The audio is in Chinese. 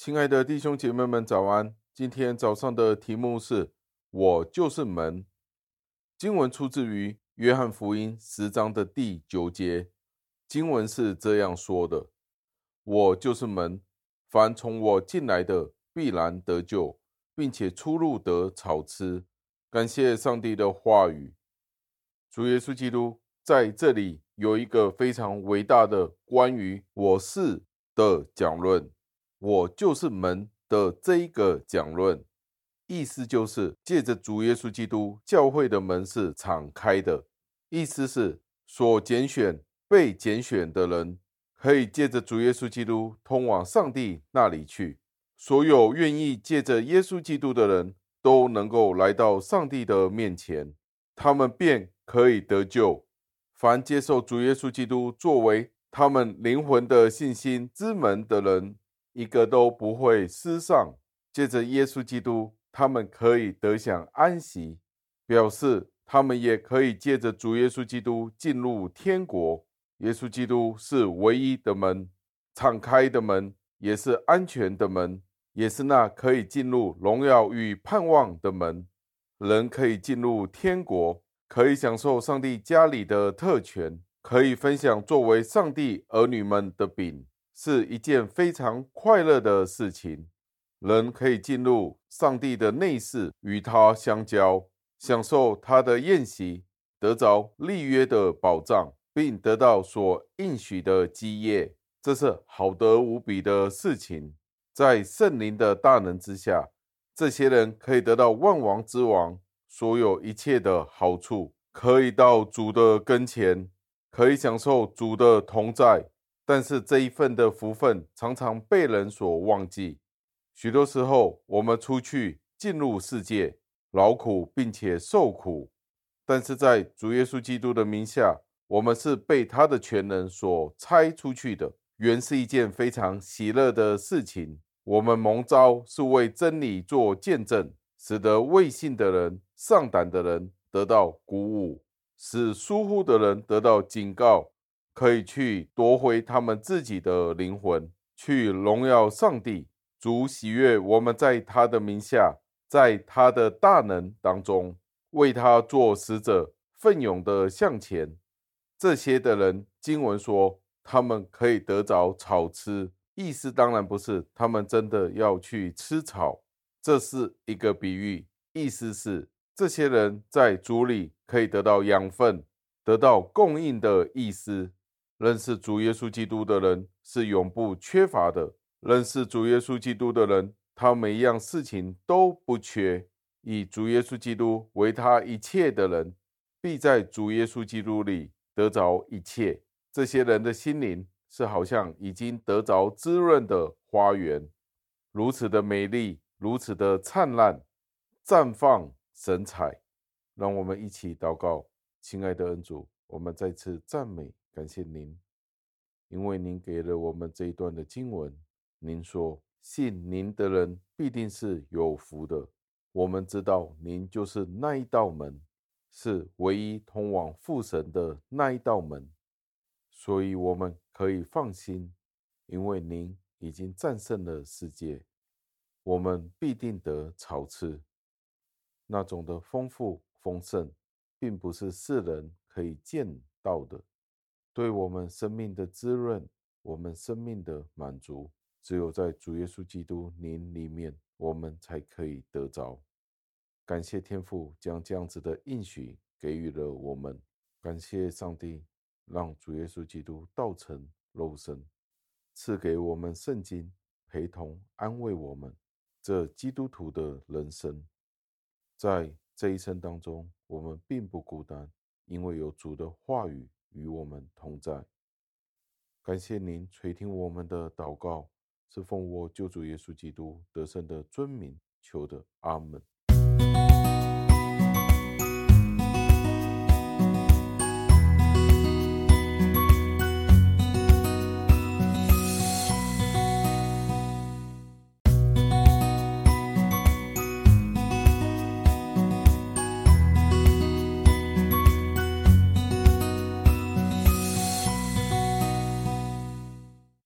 亲爱的弟兄姐妹们，早安！今天早上的题目是“我就是门”。经文出自于约翰福音10章的第9节。经文是这样说的：“我就是门，凡从我进来的，必然得救，并且出入得草吃。”感谢上帝的话语。主耶稣基督在这里有一个非常伟大的关于"我是"的讲论。我就是门的这一个讲论，意思就是借着主耶稣基督，教会的门是敞开的。意思是所拣选、被拣选的人，可以借着主耶稣基督通往上帝那里去。所有愿意借着耶稣基督的人，都能够来到上帝的面前，他们便可以得救。凡接受主耶稣基督作为他们灵魂的信心之门的人，一个都不会失丧。借着耶稣基督，他们可以得享安息，表示他们也可以借着主耶稣基督进入天国。耶稣基督是唯一的门，敞开的门，也是安全的门，也是那可以进入荣耀与盼望的门。人可以进入天国，可以享受上帝家里的特权，可以分享作为上帝儿女们的饼，是一件非常快乐的事情。人可以进入上帝的内室，与他相交，享受他的宴席，得着立约的保障，并得到所应许的基业。这是好得无比的事情。在圣灵的大能之下，这些人可以得到万王之王所有一切的好处，可以到主的跟前，可以享受主的同在。但是这一份的福分常常被人所忘记。许多时候，我们出去进入世界，劳苦并且受苦，但是在主耶稣基督的名下，我们是被他的全能所差出去的，原是一件非常喜乐的事情。我们蒙召是为真理做见证，使得未信的人、丧胆的人得到鼓舞，使疏忽的人得到警告，可以去夺回他们自己的灵魂，去荣耀上帝。主喜悦我们在他的名下，在他的大能当中，为他做使者，奋勇的向前。这些的人，经文说他们可以得着草吃，意思当然不是他们真的要去吃草，这是一个比喻，意思是这些人在主里可以得到养分，得到供应的意思。认识主耶稣基督的人是永不缺乏的。认识主耶稣基督的人，他每一样事情都不缺。以主耶稣基督为他一切的人，必在主耶稣基督里得着一切。这些人的心灵是好像已经得着滋润的花园，如此的美丽，如此的灿烂，绽放神采。让我们一起祷告。亲爱的恩主，我们再次赞美感谢您，因为您给了我们这一段的经文。您说，信您的人必定是有福的。我们知道您就是那一道门，是唯一通往父神的那一道门，所以我们可以放心，因为您已经战胜了世界，我们必定得草吃。那种的丰富丰盛，并不是世人可以见到的，对我们生命的滋润，我们生命的满足，只有在主耶稣基督您里面，我们才可以得着。感谢天父将这样子的应许给予了我们，感谢上帝让主耶稣基督道成肉身，赐给我们圣经，陪同安慰我们这基督徒的人生。在这一生当中，我们并不孤单，因为有主的话语与我们同在。感谢您垂听我们的祷告，是奉我救主耶稣基督得胜的尊名求的，阿门。